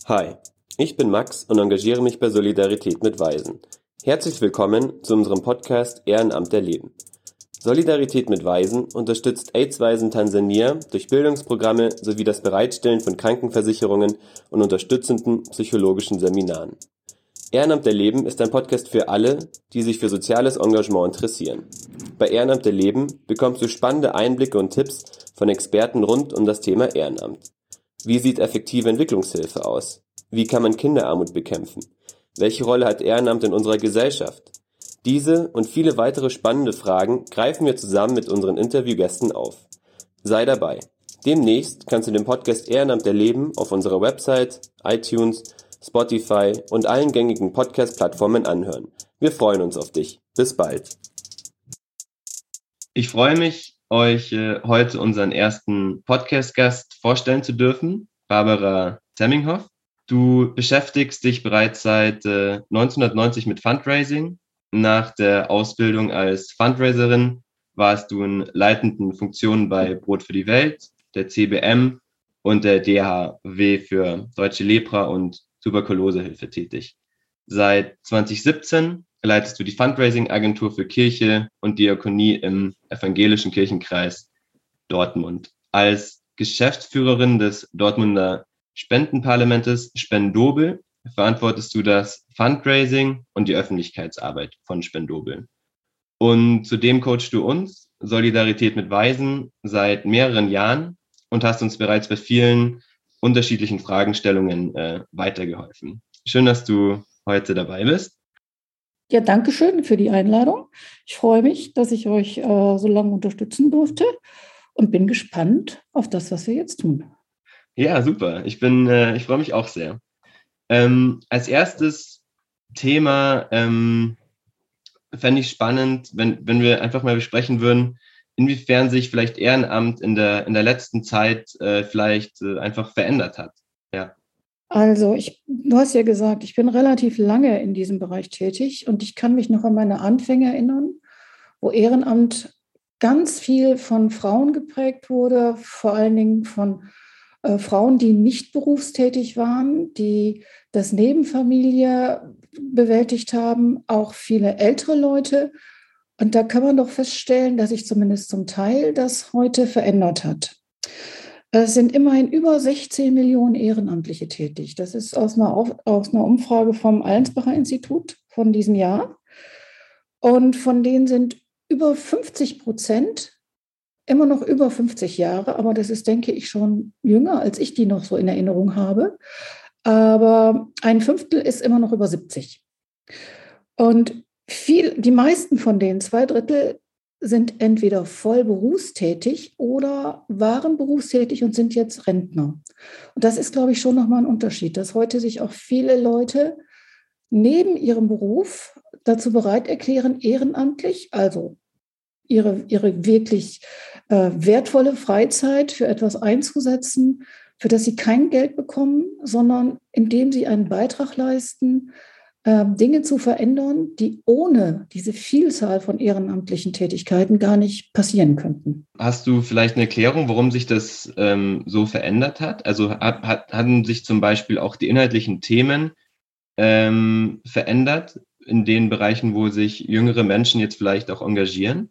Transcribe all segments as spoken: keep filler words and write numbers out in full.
Hi, ich bin Max und engagiere mich bei Solidarität mit Waisen. Herzlich willkommen zu unserem Podcast Ehrenamt erleben. Solidarität mit Waisen unterstützt AIDS-Waisen Tansania durch Bildungsprogramme sowie das Bereitstellen von Krankenversicherungen und unterstützenden psychologischen Seminaren. Ehrenamt erleben ist ein Podcast für alle, die sich für soziales Engagement interessieren. Bei Ehrenamt erleben bekommst du spannende Einblicke und Tipps von Experten rund um das Thema Ehrenamt. Wie sieht effektive Entwicklungshilfe aus? Wie kann man Kinderarmut bekämpfen? Welche Rolle hat Ehrenamt in unserer Gesellschaft? Diese und viele weitere spannende Fragen greifen wir zusammen mit unseren Interviewgästen auf. Sei dabei. Demnächst kannst du den Podcast Ehrenamt erleben auf unserer Website, iTunes, Spotify und allen gängigen Podcast-Plattformen anhören. Wir freuen uns auf dich. Bis bald. Ich freue mich, euch äh, heute unseren ersten Podcast-Gast vorstellen zu dürfen, Barbara Zemminghoff. Du beschäftigst dich bereits seit äh, neunzehnhundertneunzig mit Fundraising. Nach der Ausbildung als Fundraiserin warst du in leitenden Funktionen bei Brot für die Welt, der C B M und der D H W für Deutsche Lepra- und Tuberkulosehilfe tätig. Seit zwanzig siebzehn leitest du die Fundraising-Agentur für Kirche und Diakonie im evangelischen Kirchenkreis Dortmund. Als Geschäftsführerin des Dortmunder Spendenparlamentes Spendobel verantwortest du das Fundraising und die Öffentlichkeitsarbeit von Spendobel. Und zudem coachst du uns, Solidarität mit Waisen, seit mehreren Jahren und hast uns bereits bei vielen unterschiedlichen Fragestellungen äh, weitergeholfen. Schön, dass du heute dabei bist. Ja, danke schön für die Einladung. Ich freue mich, dass ich euch äh, so lange unterstützen durfte und bin gespannt auf das, was wir jetzt tun. Ja, super. Ich bin, äh, ich freue mich auch sehr. Ähm, als erstes Thema ähm, fände ich spannend, wenn, wenn wir einfach mal besprechen würden, inwiefern sich vielleicht Ehrenamt in der, in der letzten Zeit äh, vielleicht äh, einfach verändert hat. Ja. Also, ich, du hast ja gesagt, ich bin relativ lange in diesem Bereich tätig und ich kann mich noch an meine Anfänge erinnern, wo Ehrenamt ganz viel von Frauen geprägt wurde, vor allen Dingen von äh, Frauen, die nicht berufstätig waren, die das Nebenfamilie bewältigt haben, auch viele ältere Leute. Und da kann man doch feststellen, dass sich zumindest zum Teil das heute verändert hat. Es sind immerhin über sechzehn Millionen Ehrenamtliche tätig. Das ist aus einer, Auf, aus einer Umfrage vom Allensbacher Institut von diesem Jahr. Und von denen sind über fünfzig Prozent immer noch über fünfzig Jahre. Aber das ist, denke ich, schon jünger, als ich die noch so in Erinnerung habe. Aber ein Fünftel ist immer noch über siebzig. Und viel, die meisten von denen, zwei Drittel, sind entweder voll berufstätig oder waren berufstätig und sind jetzt Rentner. Und das ist, glaube ich, schon nochmal ein Unterschied, dass heute sich auch viele Leute neben ihrem Beruf dazu bereit erklären, ehrenamtlich, also ihre, ihre wirklich äh, wertvolle Freizeit für etwas einzusetzen, für das sie kein Geld bekommen, sondern indem sie einen Beitrag leisten, Dinge zu verändern, die ohne diese Vielzahl von ehrenamtlichen Tätigkeiten gar nicht passieren könnten. Hast du vielleicht eine Erklärung, warum sich das ähm, so verändert hat? Also hat, hat, hatten sich zum Beispiel auch die inhaltlichen Themen ähm, verändert in den Bereichen, wo sich jüngere Menschen jetzt vielleicht auch engagieren?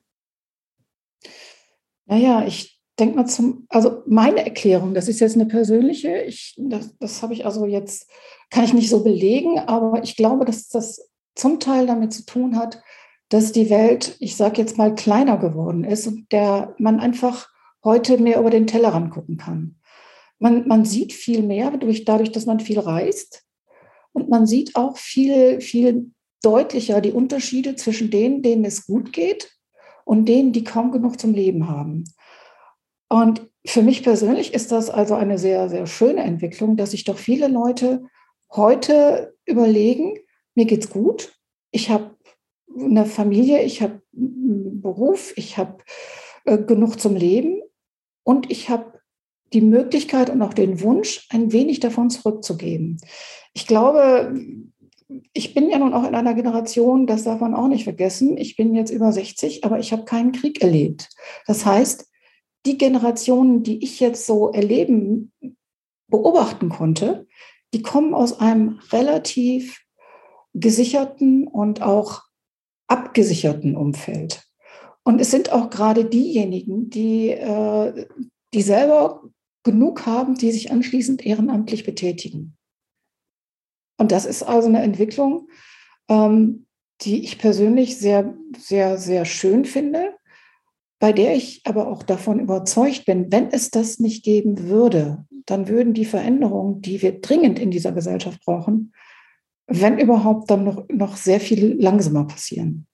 Naja, ich denke mal zum, also meine Erklärung, das ist jetzt eine persönliche, ich, das, das habe ich also jetzt, kann ich nicht so belegen, aber ich glaube, dass das zum Teil damit zu tun hat, dass die Welt, ich sage jetzt mal, kleiner geworden ist und der man einfach heute mehr über den Tellerrand gucken kann. Man, man sieht viel mehr durch, dadurch, dass man viel reist und man sieht auch viel, viel deutlicher die Unterschiede zwischen denen, denen es gut geht und denen, die kaum genug zum Leben haben. Und für mich persönlich ist das also eine sehr, sehr schöne Entwicklung, dass sich doch viele Leute heute überlegen, mir geht's gut, ich habe eine Familie, ich habe einen Beruf, ich habe äh, genug zum Leben und ich habe die Möglichkeit und auch den Wunsch, ein wenig davon zurückzugeben. Ich glaube, ich bin ja nun auch in einer Generation, das darf man auch nicht vergessen, ich bin jetzt über sechzig, aber ich habe keinen Krieg erlebt. Das heißt, die Generationen, die ich jetzt so erleben, beobachten konnte, die kommen aus einem relativ gesicherten und auch abgesicherten Umfeld. Und es sind auch gerade diejenigen, die, äh, die selber genug haben, die sich anschließend ehrenamtlich betätigen. Und das ist also eine Entwicklung, ähm, die ich persönlich sehr, sehr, sehr schön finde, bei der ich aber auch davon überzeugt bin, wenn es das nicht geben würde, dann würden die Veränderungen, die wir dringend in dieser Gesellschaft brauchen, wenn überhaupt, dann noch, noch sehr viel langsamer passieren.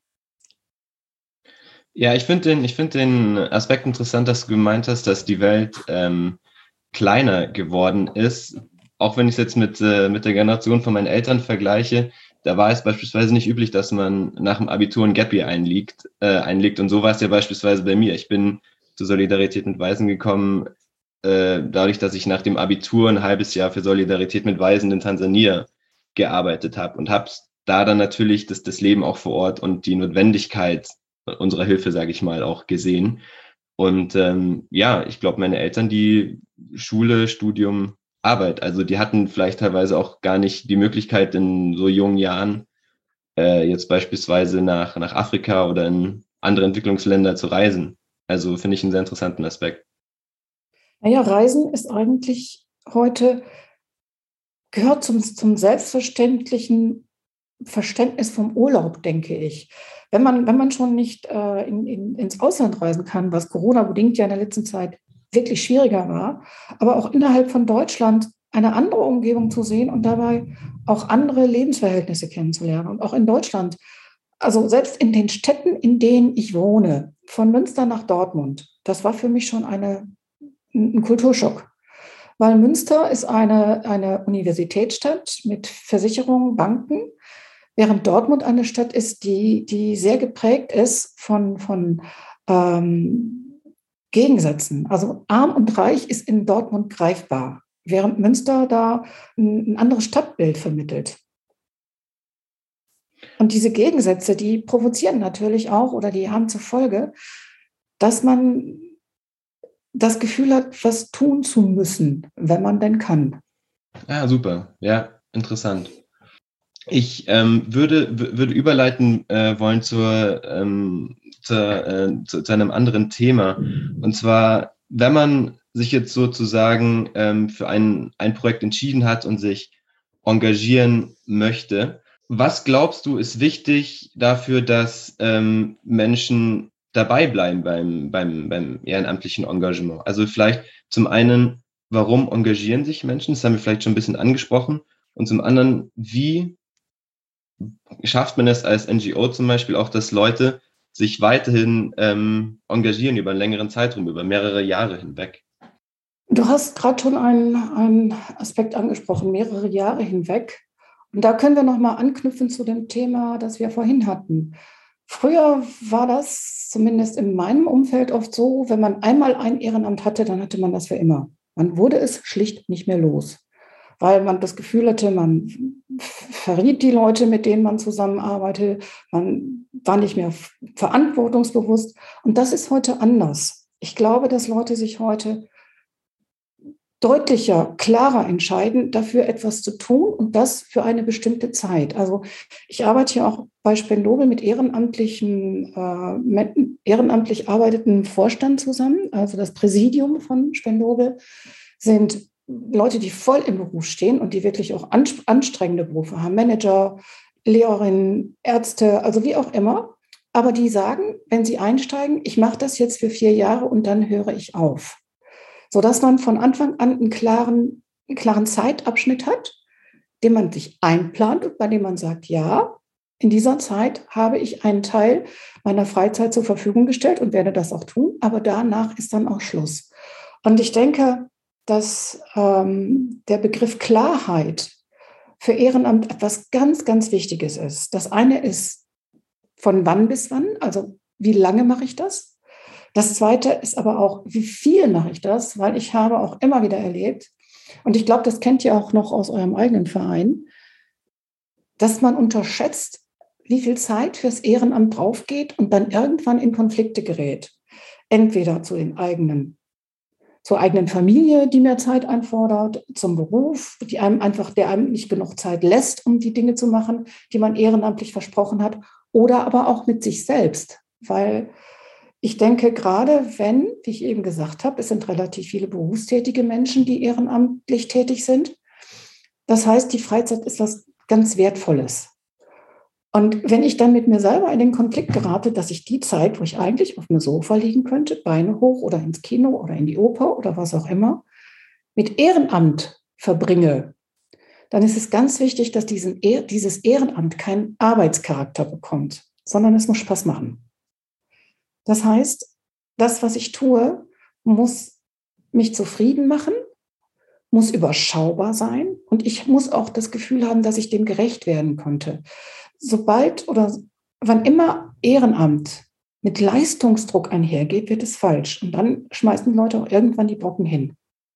Ja, ich finde den, ich finde den Aspekt interessant, dass du gemeint hast, dass die Welt ähm, kleiner geworden ist. Auch wenn ich es jetzt mit, äh, mit der Generation von meinen Eltern vergleiche, da war es beispielsweise nicht üblich, dass man nach dem Abitur ein Gap Year einlegt, äh, einlegt. Und so war es ja beispielsweise bei mir. Ich bin zur Solidarität mit Waisen gekommen, äh, dadurch, dass ich nach dem Abitur ein halbes Jahr für Solidarität mit Waisen in Tansania gearbeitet habe und habe da dann natürlich das, das Leben auch vor Ort und die Notwendigkeit unserer Hilfe, sage ich mal, auch gesehen. Und ähm, ja, ich glaube, meine Eltern, die Schule, Studium, Arbeit, also die hatten vielleicht teilweise auch gar nicht die Möglichkeit in so jungen Jahren äh, jetzt beispielsweise nach, nach Afrika oder in andere Entwicklungsländer zu reisen. Also finde ich einen sehr interessanten Aspekt. Naja, Reisen ist eigentlich heute, gehört zum, zum selbstverständlichen Verständnis vom Urlaub, denke ich. Wenn man, wenn man schon nicht äh, in, in, ins Ausland reisen kann, was Corona-bedingt ja in der letzten Zeit wirklich schwieriger war, aber auch innerhalb von Deutschland eine andere Umgebung zu sehen und dabei auch andere Lebensverhältnisse kennenzulernen. Und auch in Deutschland, also selbst in den Städten, in denen ich wohne, von Münster nach Dortmund, das war für mich schon eine, ein Kulturschock. Weil Münster ist eine, eine Universitätsstadt mit Versicherungen, Banken, während Dortmund eine Stadt ist, die, die sehr geprägt ist von, von ähm, Gegensätzen. Also arm und reich ist in Dortmund greifbar, während Münster da ein, ein anderes Stadtbild vermittelt. Und diese Gegensätze, die provozieren natürlich auch oder die haben zur Folge, dass man das Gefühl hat, was tun zu müssen, wenn man denn kann. Ah, super. Ja, interessant. Ich ähm, würde, würde überleiten äh, wollen zur, ähm, zur, äh, zu, zu einem anderen Thema. Und zwar, wenn man sich jetzt sozusagen ähm, für ein, ein Projekt entschieden hat und sich engagieren möchte, was glaubst du, ist wichtig dafür, dass ähm, Menschen dabei bleiben beim, beim, beim ehrenamtlichen Engagement? Also vielleicht zum einen, warum engagieren sich Menschen? Das haben wir vielleicht schon ein bisschen angesprochen. Und zum anderen, wie schafft man es als N G O zum Beispiel auch, dass Leute sich weiterhin ähm, engagieren über einen längeren Zeitraum, über mehrere Jahre hinweg? Du hast gerade schon einen, einen Aspekt angesprochen, mehrere Jahre hinweg. Und da können wir nochmal anknüpfen zu dem Thema, das wir vorhin hatten. Früher war das zumindest in meinem Umfeld oft so, wenn man einmal ein Ehrenamt hatte, dann hatte man das für immer. Man wurde es schlicht nicht mehr los, weil man das Gefühl hatte, man verriet die Leute, mit denen man zusammenarbeitet, man war nicht mehr verantwortungsbewusst. Und das ist heute anders. Ich glaube, dass Leute sich heute deutlicher, klarer entscheiden, dafür etwas zu tun und das für eine bestimmte Zeit. Also ich arbeite ja auch bei Spendobel mit ehrenamtlichen, äh, mit ehrenamtlich arbeitenden Vorstand zusammen. Also das Präsidium von Spendobel sind Leute, die voll im Beruf stehen und die wirklich auch anstrengende Berufe haben. Manager, Lehrerinnen, Ärzte, also wie auch immer. Aber die sagen, wenn sie einsteigen, ich mache das jetzt für vier Jahre und dann höre ich auf. Sodass man von Anfang an einen klaren, einen klaren Zeitabschnitt hat, den man sich einplant und bei dem man sagt, ja, in dieser Zeit habe ich einen Teil meiner Freizeit zur Verfügung gestellt und werde das auch tun, aber danach ist dann auch Schluss. Und ich denke, dass ähm, der Begriff Klarheit für Ehrenamt etwas ganz, ganz Wichtiges ist. Das eine ist, von wann bis wann, also wie lange mache ich das? Das Zweite ist aber auch, wie viel mache ich das? Weil ich habe auch immer wieder erlebt, und ich glaube, das kennt ihr auch noch aus eurem eigenen Verein, dass man unterschätzt, wie viel Zeit fürs Ehrenamt draufgeht und dann irgendwann in Konflikte gerät. Entweder zu den eigenen zur eigenen Familie, die mehr Zeit einfordert, zum Beruf, die einem einfach, der einem nicht genug Zeit lässt, um die Dinge zu machen, die man ehrenamtlich versprochen hat, oder aber auch mit sich selbst. Weil ich denke, gerade wenn, wie ich eben gesagt habe, es sind relativ viele berufstätige Menschen, die ehrenamtlich tätig sind. Das heißt, die Freizeit ist was ganz Wertvolles. Und wenn ich dann mit mir selber in den Konflikt gerate, dass ich die Zeit, wo ich eigentlich auf dem Sofa liegen könnte, Beine hoch oder ins Kino oder in die Oper oder was auch immer, mit Ehrenamt verbringe, dann ist es ganz wichtig, dass diesen, dieses Ehrenamt keinen Arbeitscharakter bekommt, sondern es muss Spaß machen. Das heißt, das, was ich tue, muss mich zufrieden machen, muss überschaubar sein und ich muss auch das Gefühl haben, dass ich dem gerecht werden konnte. Sobald oder wann immer Ehrenamt mit Leistungsdruck einhergeht, wird es falsch. Und dann schmeißen die Leute auch irgendwann die Brocken hin.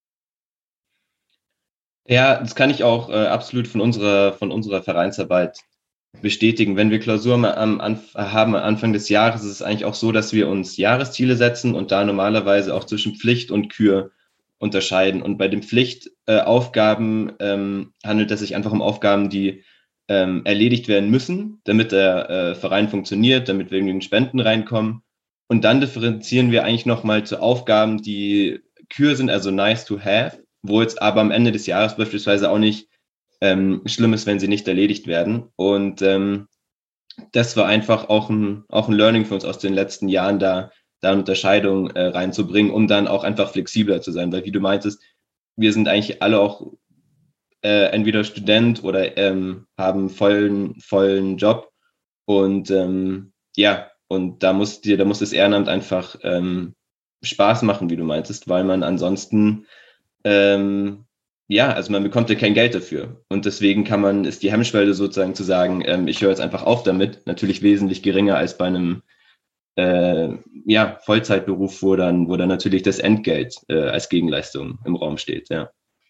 Ja, das kann ich auch äh, absolut von unserer, von unserer Vereinsarbeit bestätigen. Wenn wir Klausuren am Anf- haben am Anfang des Jahres, ist es eigentlich auch so, dass wir uns Jahresziele setzen und da normalerweise auch zwischen Pflicht und Kür unterscheiden. Und bei den Pflichtaufgaben äh, ähm, handelt es sich einfach um Aufgaben, die ähm, erledigt werden müssen, damit der äh, Verein funktioniert, damit wir genügend Spenden reinkommen. Und dann differenzieren wir eigentlich nochmal zu Aufgaben, die Kür sind, also nice to have, wo jetzt aber am Ende des Jahres beispielsweise auch nicht ähm, schlimm ist, wenn sie nicht erledigt werden. Und ähm, das war einfach auch ein, auch ein Learning für uns aus den letzten Jahren, da, da eine Unterscheidung äh, reinzubringen, um dann auch einfach flexibler zu sein. Weil wie du meintest, wir sind eigentlich alle auch äh, entweder Student oder ähm, haben vollen, vollen Job. Und ähm, ja, und da muss dir, da muss das Ehrenamt einfach ähm, Spaß machen, wie du meintest, weil man ansonsten ähm, ja, also man bekommt ja kein Geld dafür. Und deswegen kann man, ist die Hemmschwelle sozusagen zu sagen, ähm, ich höre jetzt einfach auf damit, natürlich wesentlich geringer als bei einem äh, ja, Vollzeitberuf, wo dann, wo dann natürlich das Entgelt äh, als Gegenleistung im Raum steht, ja.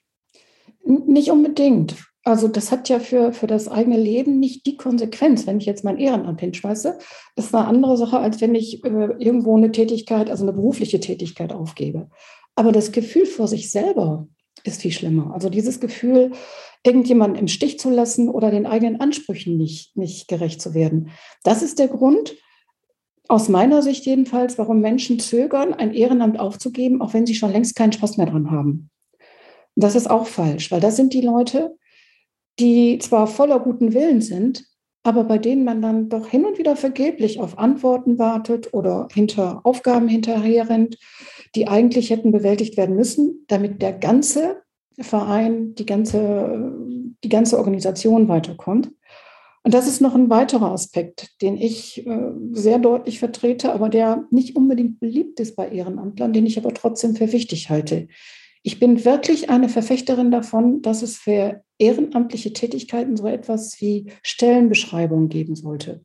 Nicht unbedingt. Also das hat ja für, für das eigene Leben nicht die Konsequenz, wenn ich jetzt mein Ehrenamt hinschmeiße. Das ist eine andere Sache, als wenn ich äh, irgendwo eine Tätigkeit, also eine berufliche Tätigkeit aufgebe. Aber das Gefühl vor sich selber ist viel schlimmer. Also dieses Gefühl, irgendjemanden im Stich zu lassen oder den eigenen Ansprüchen nicht, nicht gerecht zu werden. Das ist der Grund, aus meiner Sicht jedenfalls, warum Menschen zögern, ein Ehrenamt aufzugeben, auch wenn sie schon längst keinen Spaß mehr dran haben. Und das ist auch falsch, weil das sind die Leute, die zwar voller guten Willens sind, aber bei denen man dann doch hin und wieder vergeblich auf Antworten wartet oder hinter Aufgaben hinterherrennt, die eigentlich hätten bewältigt werden müssen, damit der ganze Verein, die ganze, die ganze Organisation weiterkommt. Und das ist noch ein weiterer Aspekt, den ich äh, sehr deutlich vertrete, aber der nicht unbedingt beliebt ist bei Ehrenamtlern, den ich aber trotzdem für wichtig halte. Ich bin wirklich eine Verfechterin davon, dass es für ehrenamtliche Tätigkeiten so etwas wie Stellenbeschreibungen geben sollte.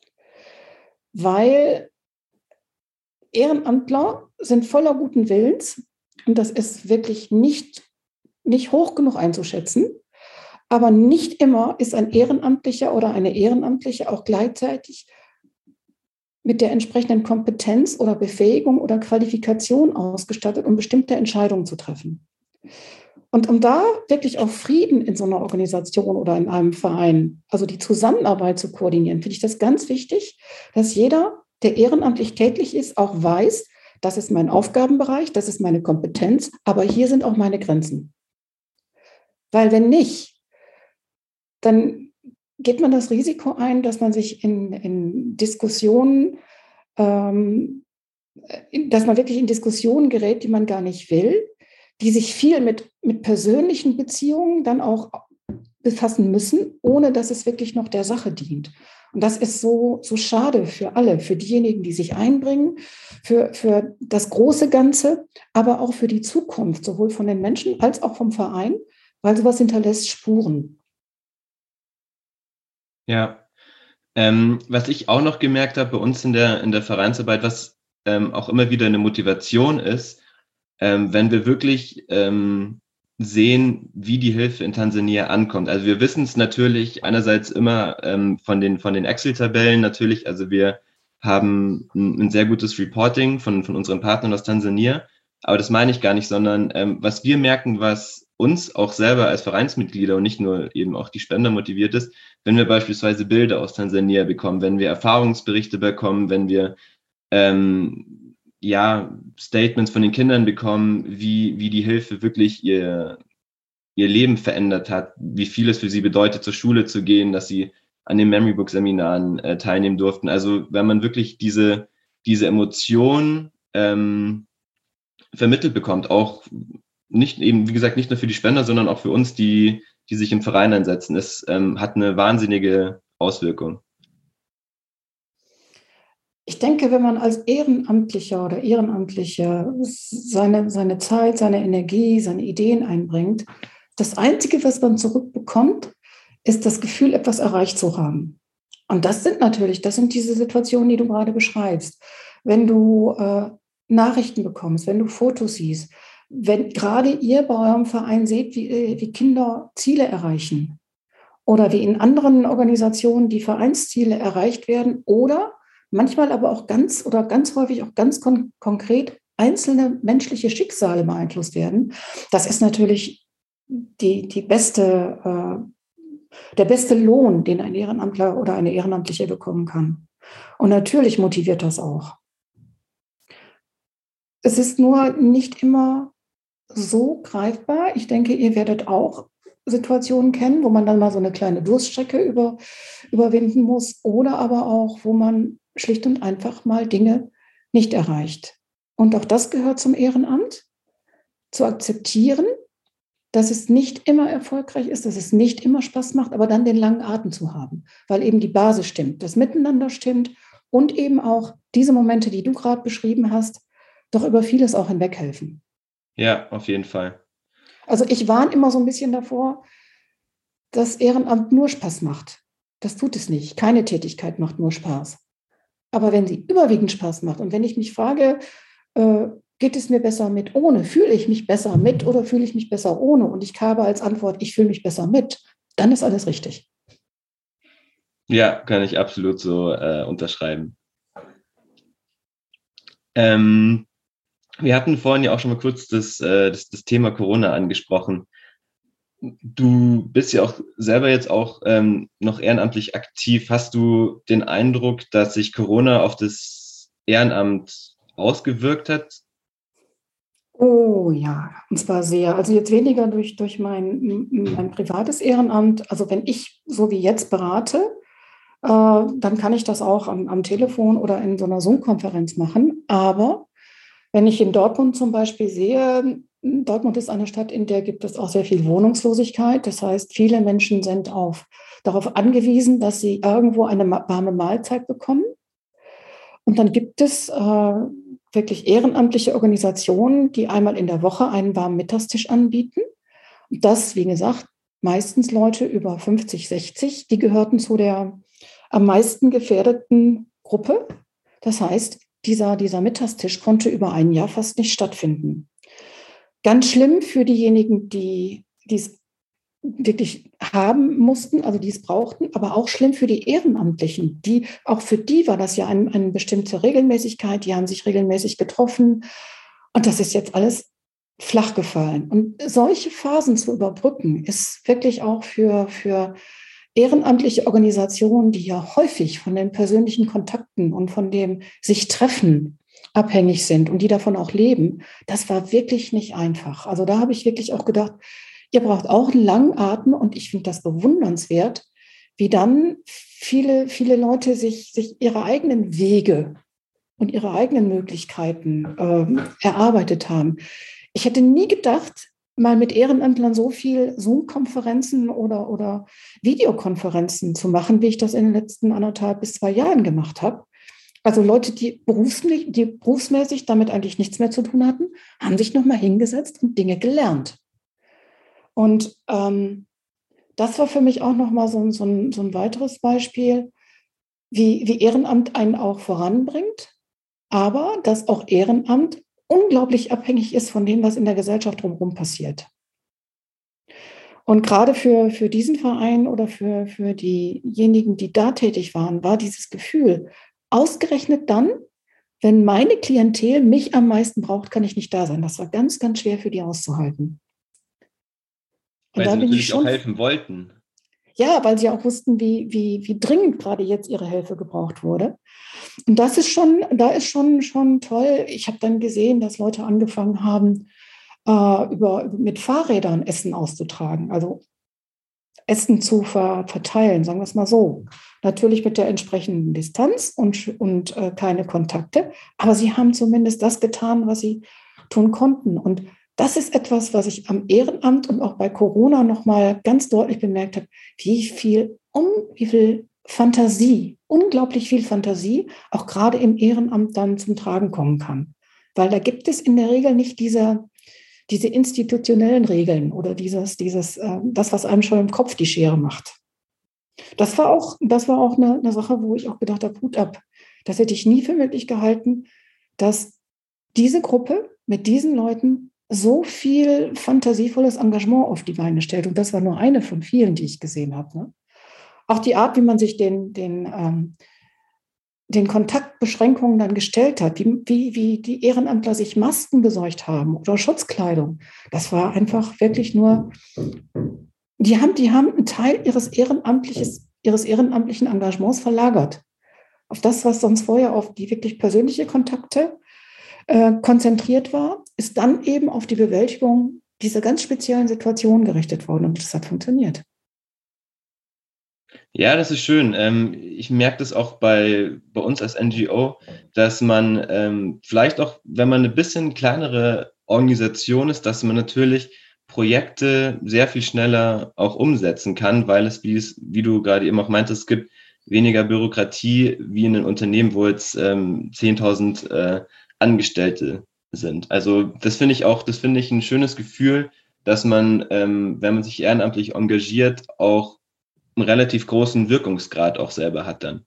Weil Ehrenamtler sind voller guten Willens und das ist wirklich nicht, nicht hoch genug einzuschätzen. Aber nicht immer ist ein Ehrenamtlicher oder eine Ehrenamtliche auch gleichzeitig mit der entsprechenden Kompetenz oder Befähigung oder Qualifikation ausgestattet, um bestimmte Entscheidungen zu treffen. Und um da wirklich auch Frieden in so einer Organisation oder in einem Verein, also die Zusammenarbeit zu koordinieren, finde ich das ganz wichtig, dass jeder, der ehrenamtlich tätig ist, auch weiß, das ist mein Aufgabenbereich, das ist meine Kompetenz, aber hier sind auch meine Grenzen. Weil wenn nicht, dann geht man das Risiko ein, dass man sich in, in Diskussionen, ähm, dass man wirklich in Diskussionen gerät, die man gar nicht will, die sich viel mit, mit persönlichen Beziehungen dann auch befassen müssen, ohne dass es wirklich noch der Sache dient. Und das ist so, so schade für alle, für diejenigen, die sich einbringen, für, für das große Ganze, aber auch für die Zukunft, sowohl von den Menschen als auch vom Verein, weil sowas hinterlässt Spuren. Ja, ähm, was ich auch noch gemerkt habe bei uns in der, in der Vereinsarbeit, was ähm, auch immer wieder eine Motivation ist, ähm, wenn wir wirklich ähm, sehen, wie die Hilfe in Tansania ankommt. Also wir wissen es natürlich einerseits immer ähm, von den, von den Excel-Tabellen natürlich, also wir haben ein, ein sehr gutes Reporting von, von unseren Partnern aus Tansania, Aber das meine ich gar nicht, sondern ähm, was wir merken, was uns auch selber als Vereinsmitglieder und nicht nur eben auch die Spender motiviert ist, wenn wir beispielsweise Bilder aus Tansania bekommen, wenn wir Erfahrungsberichte bekommen, wenn wir ähm, ja, Statements von den Kindern bekommen, wie, wie die Hilfe wirklich ihr, ihr Leben verändert hat, wie viel es für sie bedeutet, zur Schule zu gehen, dass sie an den Memory Book Seminaren äh, teilnehmen durften. Also wenn man wirklich diese, diese Emotion ähm, vermittelt bekommt, auch nicht eben, wie gesagt, nicht nur für die Spender, sondern auch für uns, die, die sich im Verein einsetzen. Es ähm, hat eine wahnsinnige Auswirkung. Ich denke, wenn man als Ehrenamtlicher oder Ehrenamtliche seine, seine Zeit, seine Energie, seine Ideen einbringt, das Einzige, was man zurückbekommt, ist das Gefühl, etwas erreicht zu haben. Und das sind natürlich, das sind diese Situationen, die du gerade beschreibst. Wenn du äh, Nachrichten bekommst, wenn du Fotos siehst, wenn gerade ihr bei eurem Verein seht, wie, wie Kinder Ziele erreichen oder wie in anderen Organisationen die Vereinsziele erreicht werden oder manchmal aber auch ganz oder ganz häufig auch ganz kon- konkret einzelne menschliche Schicksale beeinflusst werden. Das ist natürlich die, die beste, äh, der beste Lohn, den ein Ehrenamtler oder eine Ehrenamtliche bekommen kann. Und natürlich motiviert das auch. Es ist nur nicht immer so greifbar. Ich denke, ihr werdet auch Situationen kennen, wo man dann mal so eine kleine Durststrecke über, überwinden muss oder aber auch, wo man schlicht und einfach mal Dinge nicht erreicht. Und auch das gehört zum Ehrenamt, zu akzeptieren, dass es nicht immer erfolgreich ist, dass es nicht immer Spaß macht, aber dann den langen Atem zu haben, weil eben die Basis stimmt, das Miteinander stimmt und eben auch diese Momente, die du gerade beschrieben hast, doch über vieles auch hinweghelfen. Ja, auf jeden Fall. Also ich warne immer so ein bisschen davor, dass Ehrenamt nur Spaß macht. Das tut es nicht. Keine Tätigkeit macht nur Spaß. Aber wenn sie überwiegend Spaß macht und wenn ich mich frage, äh, geht es mir besser mit ohne? Fühle ich mich besser mit oder fühle ich mich besser ohne? Und ich habe als Antwort, ich fühle mich besser mit, dann ist alles richtig. Ja, kann ich absolut so äh, unterschreiben. Ähm, wir hatten vorhin ja auch schon mal kurz das, äh, das, das Thema Corona angesprochen. Du bist ja auch selber jetzt auch ähm, noch ehrenamtlich aktiv. Hast du den Eindruck, dass sich Corona auf das Ehrenamt ausgewirkt hat? Oh ja, und zwar sehr. Also jetzt weniger durch, durch mein, mein privates Ehrenamt. Also wenn ich so wie jetzt berate, äh, dann kann ich das auch am, am Telefon oder in so einer Zoom-Konferenz machen. Aber wenn ich in Dortmund zum Beispiel sehe, Dortmund ist eine Stadt, in der gibt es auch sehr viel Wohnungslosigkeit. Das heißt, viele Menschen sind auf, darauf angewiesen, dass sie irgendwo eine warme Mahlzeit bekommen. Und dann gibt es äh, wirklich ehrenamtliche Organisationen, die einmal in der Woche einen warmen Mittagstisch anbieten. Und das, wie gesagt, meistens Leute über fünfzig, sechzig, die gehörten zu der am meisten gefährdeten Gruppe. Das heißt, dieser, dieser Mittagstisch konnte über ein Jahr fast nicht stattfinden. Ganz schlimm für diejenigen, die es wirklich haben mussten, also die es brauchten, aber auch schlimm für die Ehrenamtlichen. Die, auch für die war das ja ein, eine bestimmte Regelmäßigkeit, die haben sich regelmäßig getroffen und das ist jetzt alles flach gefallen. Und solche Phasen zu überbrücken, ist wirklich auch für, für ehrenamtliche Organisationen, die ja häufig von den persönlichen Kontakten und von dem sich treffen abhängig sind und die davon auch leben, das war wirklich nicht einfach. Also da habe ich wirklich auch gedacht, ihr braucht auch einen langen Atem und ich finde das bewundernswert, wie dann viele, viele Leute sich, sich ihre eigenen Wege und ihre eigenen Möglichkeiten äh, erarbeitet haben. Ich hätte nie gedacht, mal mit Ehrenamtlern so viel Zoom-Konferenzen oder, oder Videokonferenzen zu machen, wie ich das in den letzten anderthalb bis zwei Jahren gemacht habe. Also Leute, die, berufsmäßig, die berufsmäßig damit eigentlich nichts mehr zu tun hatten, haben sich nochmal hingesetzt und Dinge gelernt. Und ähm, das war für mich auch nochmal so, so, ein, so ein weiteres Beispiel, wie, wie Ehrenamt einen auch voranbringt, aber dass auch Ehrenamt unglaublich abhängig ist von dem, was in der Gesellschaft drumherum passiert. Und gerade für, für diesen Verein oder für, für diejenigen, die da tätig waren, war dieses Gefühl, ausgerechnet dann, wenn meine Klientel mich am meisten braucht, kann ich nicht da sein. Das war ganz, ganz schwer für die auszuhalten. Und weil da sie bin natürlich ich schon, auch helfen wollten. Ja, weil sie auch wussten, wie, wie, wie dringend gerade jetzt ihre Hilfe gebraucht wurde. Und das ist schon, da ist schon, schon toll. Ich habe dann gesehen, dass Leute angefangen haben, äh, über, mit Fahrrädern Essen auszutragen. Also Essen zu ver, verteilen, sagen wir es mal so. Natürlich mit der entsprechenden Distanz und, und äh, keine Kontakte. Aber sie haben zumindest das getan, was sie tun konnten. Und das ist etwas, was ich am Ehrenamt und auch bei Corona nochmal ganz deutlich bemerkt habe, wie viel, um, wie viel Fantasie, unglaublich viel Fantasie, auch gerade im Ehrenamt dann zum Tragen kommen kann. Weil da gibt es in der Regel nicht diese, diese institutionellen Regeln oder dieses, dieses, äh, das, was einem schon im Kopf die Schere macht. Das war auch, das war auch eine, eine Sache, wo ich auch gedacht habe, Hut ab. Das hätte ich nie für möglich gehalten, dass diese Gruppe mit diesen Leuten so viel fantasievolles Engagement auf die Beine stellt. Und das war nur eine von vielen, die ich gesehen habe. Ne? Auch die Art, wie man sich den, den, ähm, den Kontaktbeschränkungen dann gestellt hat, wie, wie, wie die Ehrenamtler sich Masken besorgt haben oder Schutzkleidung. Das war einfach wirklich nur, die haben, die haben einen Teil ihres, ehrenamtliches, ihres ehrenamtlichen Engagements verlagert. Auf das, was sonst vorher auf die wirklich persönliche Kontakte äh, konzentriert war, ist dann eben auf die Bewältigung dieser ganz speziellen Situation gerichtet worden. Und das hat funktioniert. Ja, das ist schön. Ähm, ich merke das auch bei, bei uns als N G O, dass man ähm, vielleicht auch, wenn man eine bisschen kleinere Organisation ist, dass man natürlich Projekte sehr viel schneller auch umsetzen kann, weil es, wie es, wie du gerade eben auch meintest, es gibt weniger Bürokratie wie in einem Unternehmen, wo jetzt ähm, zehntausend äh, Angestellte sind. Also das finde ich auch, das finde ich ein schönes Gefühl, dass man, ähm, wenn man sich ehrenamtlich engagiert, auch einen relativ großen Wirkungsgrad auch selber hat dann.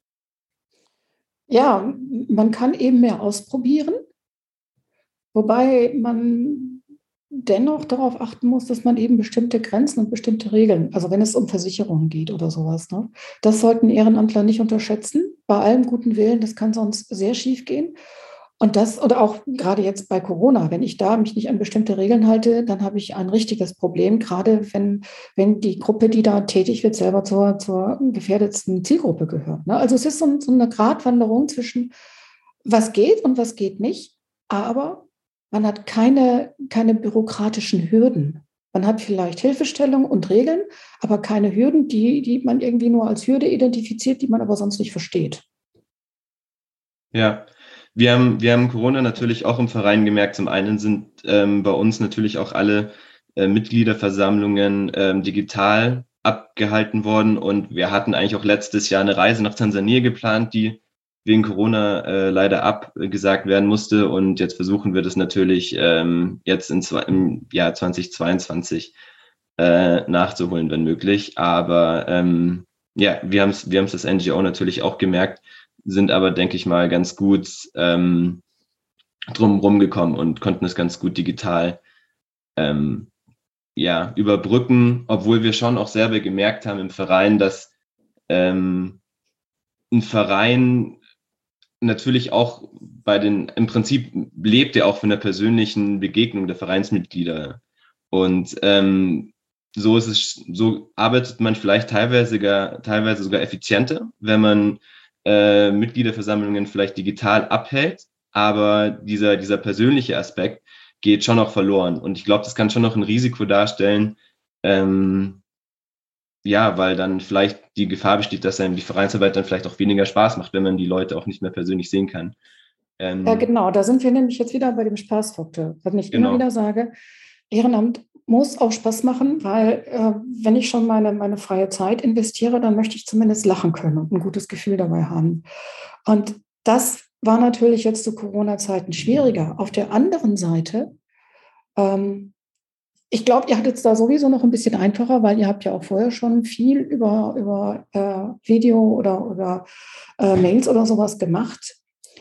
Ja, man kann eben mehr ausprobieren, wobei man dennoch darauf achten muss, dass man eben bestimmte Grenzen und bestimmte Regeln, also wenn es um Versicherungen geht oder sowas, ne, das sollten Ehrenamtler nicht unterschätzen, bei allem guten Willen, das kann sonst sehr schief gehen. Und das, oder auch gerade jetzt bei Corona, wenn ich da mich nicht an bestimmte Regeln halte, dann habe ich ein richtiges Problem, gerade wenn, wenn die Gruppe, die da tätig wird, selber zur, zur gefährdetsten Zielgruppe gehört. Ne? Also es ist so, so eine Gratwanderung zwischen, was geht und was geht nicht, aber man hat keine, keine bürokratischen Hürden. Man hat vielleicht Hilfestellung und Regeln, aber keine Hürden, die, die man irgendwie nur als Hürde identifiziert, die man aber sonst nicht versteht. Ja. Wir haben, wir haben Corona natürlich auch im Verein gemerkt. Zum einen sind ähm, bei uns natürlich auch alle äh, Mitgliederversammlungen ähm, digital abgehalten worden und wir hatten eigentlich auch letztes Jahr eine Reise nach Tansania geplant, die wegen Corona äh, leider abgesagt werden musste und jetzt versuchen wir das natürlich ähm, jetzt in, im Jahr zweitausendzweiundzwanzig äh, nachzuholen, wenn möglich. Aber ähm, ja, wir haben es wir haben es als N G O natürlich auch gemerkt, sind aber, denke ich mal, ganz gut ähm, drumherum gekommen und konnten es ganz gut digital ähm, ja, überbrücken, obwohl wir schon auch selber gemerkt haben im Verein, dass ähm, ein Verein natürlich auch bei den, im Prinzip lebt er auch von der persönlichen Begegnung der Vereinsmitglieder. Und ähm, so ist es, so arbeitet man vielleicht teilweise sogar, teilweise sogar effizienter, wenn man äh, Mitgliederversammlungen vielleicht digital abhält, aber dieser, dieser persönliche Aspekt geht schon noch verloren. Und ich glaube, das kann schon noch ein Risiko darstellen, ähm, ja, weil dann vielleicht die Gefahr besteht, dass einem die Vereinsarbeit dann vielleicht auch weniger Spaß macht, wenn man die Leute auch nicht mehr persönlich sehen kann. Ähm, ja, genau, da sind wir nämlich jetzt wieder bei dem Spaßfaktor, was ich genau. immer wieder sage. Ehrenamt muss auch Spaß machen, weil äh, wenn ich schon meine, meine freie Zeit investiere, dann möchte ich zumindest lachen können und ein gutes Gefühl dabei haben. Und das war natürlich jetzt zu Corona-Zeiten schwieriger. Auf der anderen Seite, ähm, ich glaube, ihr hattet es da sowieso noch ein bisschen einfacher, weil ihr habt ja auch vorher schon viel über, über äh, Video oder über äh, Mails oder sowas gemacht.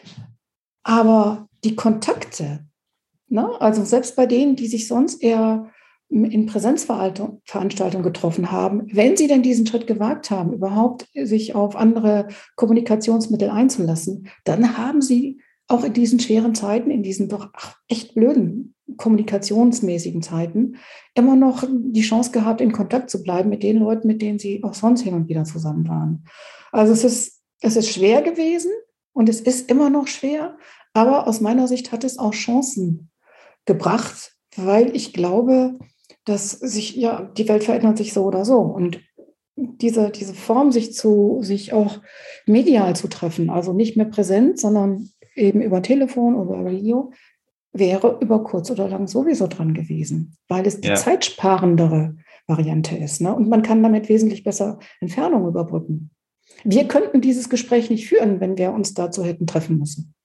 Aber die Kontakte, ne, also selbst bei denen, die sich sonst eher in Präsenzveranstaltungen getroffen haben, wenn sie denn diesen Schritt gewagt haben, überhaupt sich auf andere Kommunikationsmittel einzulassen, dann haben sie auch in diesen schweren Zeiten, in diesen doch echt blöden kommunikationsmäßigen Zeiten, immer noch die Chance gehabt, in Kontakt zu bleiben mit den Leuten, mit denen sie auch sonst hin und wieder zusammen waren. Also es ist, es ist schwer gewesen und es ist immer noch schwer, aber aus meiner Sicht hat es auch Chancen gebracht, weil ich glaube, dass sich, ja, die Welt verändert sich so oder so. Und diese, diese Form, sich zu, sich auch medial zu treffen, also nicht mehr präsent, sondern eben über Telefon oder über Video, wäre über kurz oder lang sowieso dran gewesen, weil es die Ja. zeitsparendere Variante ist. Ne? Und man kann damit wesentlich besser Entfernung überbrücken. Wir könnten dieses Gespräch nicht führen, wenn wir uns dazu hätten treffen müssen.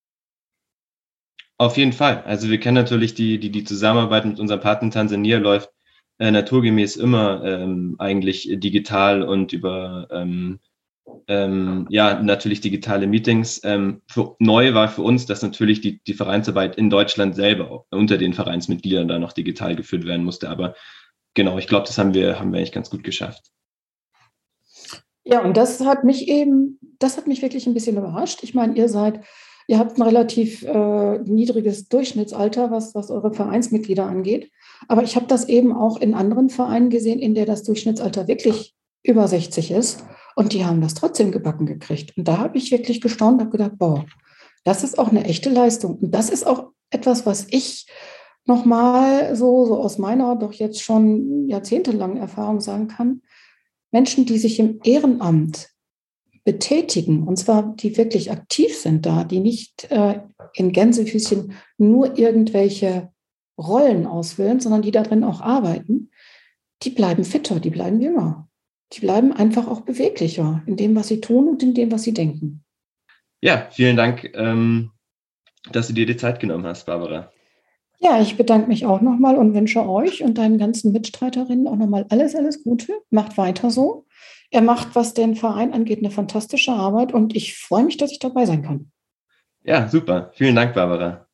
Auf jeden Fall. Also wir kennen natürlich die, die, die Zusammenarbeit mit unserem Partner in Tansania läuft äh, naturgemäß immer ähm, eigentlich digital und über ähm, ähm, ja natürlich digitale Meetings. Ähm, für, neu war für uns, dass natürlich die, die Vereinsarbeit in Deutschland selber unter den Vereinsmitgliedern da noch digital geführt werden musste. Aber genau, ich glaube, das haben wir, haben wir eigentlich ganz gut geschafft. Ja, und das hat mich eben, das hat mich wirklich ein bisschen überrascht. Ich meine, ihr seid, ihr habt ein relativ äh, niedriges Durchschnittsalter, was, was eure Vereinsmitglieder angeht. Aber ich habe das eben auch in anderen Vereinen gesehen, in der das Durchschnittsalter wirklich über sechzig ist. Und die haben das trotzdem gebacken gekriegt. Und da habe ich wirklich gestaunt und habe gedacht, boah, das ist auch eine echte Leistung. Und das ist auch etwas, was ich nochmal so, so aus meiner doch jetzt schon jahrzehntelangen Erfahrung sagen kann. Menschen, die sich im Ehrenamt betätigen, und zwar die wirklich aktiv sind da, die nicht äh, in Gänsefüßchen nur irgendwelche Rollen ausfüllen, sondern die darin auch arbeiten, die bleiben fitter, die bleiben jünger. Die bleiben einfach auch beweglicher in dem, was sie tun und in dem, was sie denken. Ja, vielen Dank, ähm, dass du dir die Zeit genommen hast, Barbara. Ja, ich bedanke mich auch nochmal und wünsche euch und deinen ganzen Mitstreiterinnen auch nochmal alles, alles Gute. Macht weiter so. Er macht, was den Verein angeht, eine fantastische Arbeit und ich freue mich, dass ich dabei sein kann. Ja, super. Vielen Dank, Barbara.